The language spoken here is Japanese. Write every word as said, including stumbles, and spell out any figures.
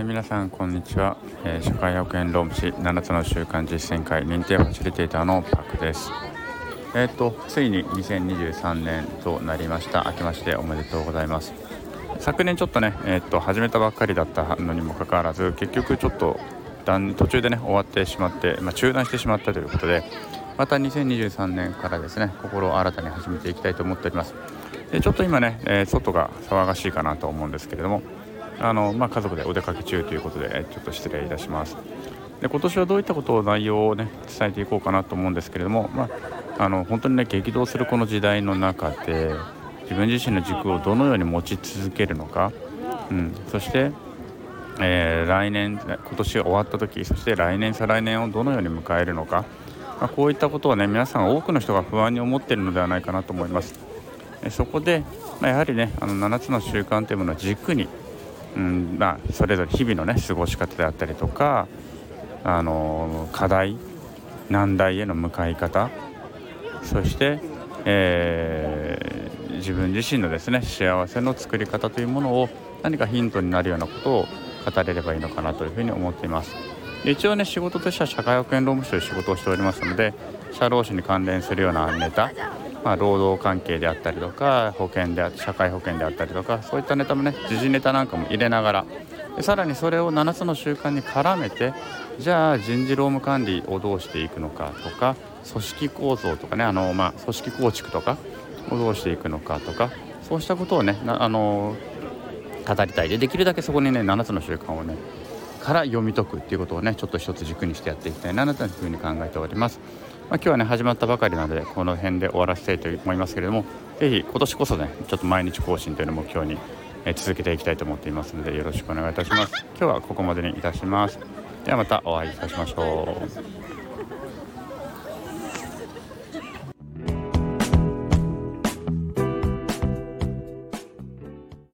ー、皆さんこんにちは、えー、社会保険労務士ななつの習慣実践会認定ファシリテーターのパクです。えーとついににせんにじゅうさんねんとなりました。明けましておめでとうございます。昨年ちょっとね、えー、と始めたばっかりだったのにもかかわらず、結局ちょっと途中でね終わってしまって、まあ、中断してしまったということで、またにせんにじゅうさんねんからですね、心を新たに始めていきたいと思っております。でちょっと今ね、えー、外が騒がしいかなと思うんですけれども、あの、まあ、家族でお出かけ中ということでちょっと失礼いたします。で今年はどういったことを内容をね伝えていこうかなと思うんですけれども、まあ、あの本当にね激動するこの時代の中で自分自身の軸をどのように持ち続けるのか、うん、そして、えー、来年今年が終わった時、そして来年再来年をどのように迎えるのか、まあ、こういったことはね皆さん多くの人が不安に思っているのではないかなと思います。えそこで、まあ、やはりねあのななつの習慣というものを軸に、うんまあ、それぞれ日々のね過ごし方であったりとか、あの課題難題への向かい方、そして、えー、自分自身のですね幸せの作り方というものを何かヒントになるようなことを語れればいいのかなというふうに思っています。で一応ね仕事としては社会保険労務士という仕事をしておりますので、社労士に関連するようなネタ、まあ、労働関係であったりとか保険であ社会保険であったりとか、そういったネタもね時事ネタなんかも入れながら、でさらにそれをななつの習慣に絡めて、じゃあ人事労務管理をどうしていくのかとか、組織構造とかね、あの、まあ、組織構築とかをどうしていくのかとか、そうしたことをねあの語りたい。でできるだけそこにねななつの習慣をねから読み解くっていうことをねちょっと一つ軸にしてやっていきたいなというふうに考えております。まあ、今日はね始まったばかりなのでこの辺で終わらせたいと思いますけれども、ぜひ今年こそねちょっと毎日更新というのを目標にえ続けていきたいと思っていますので、よろしくお願いいたします。今日はここまでにいたします。ではまたお会いいたしましょう。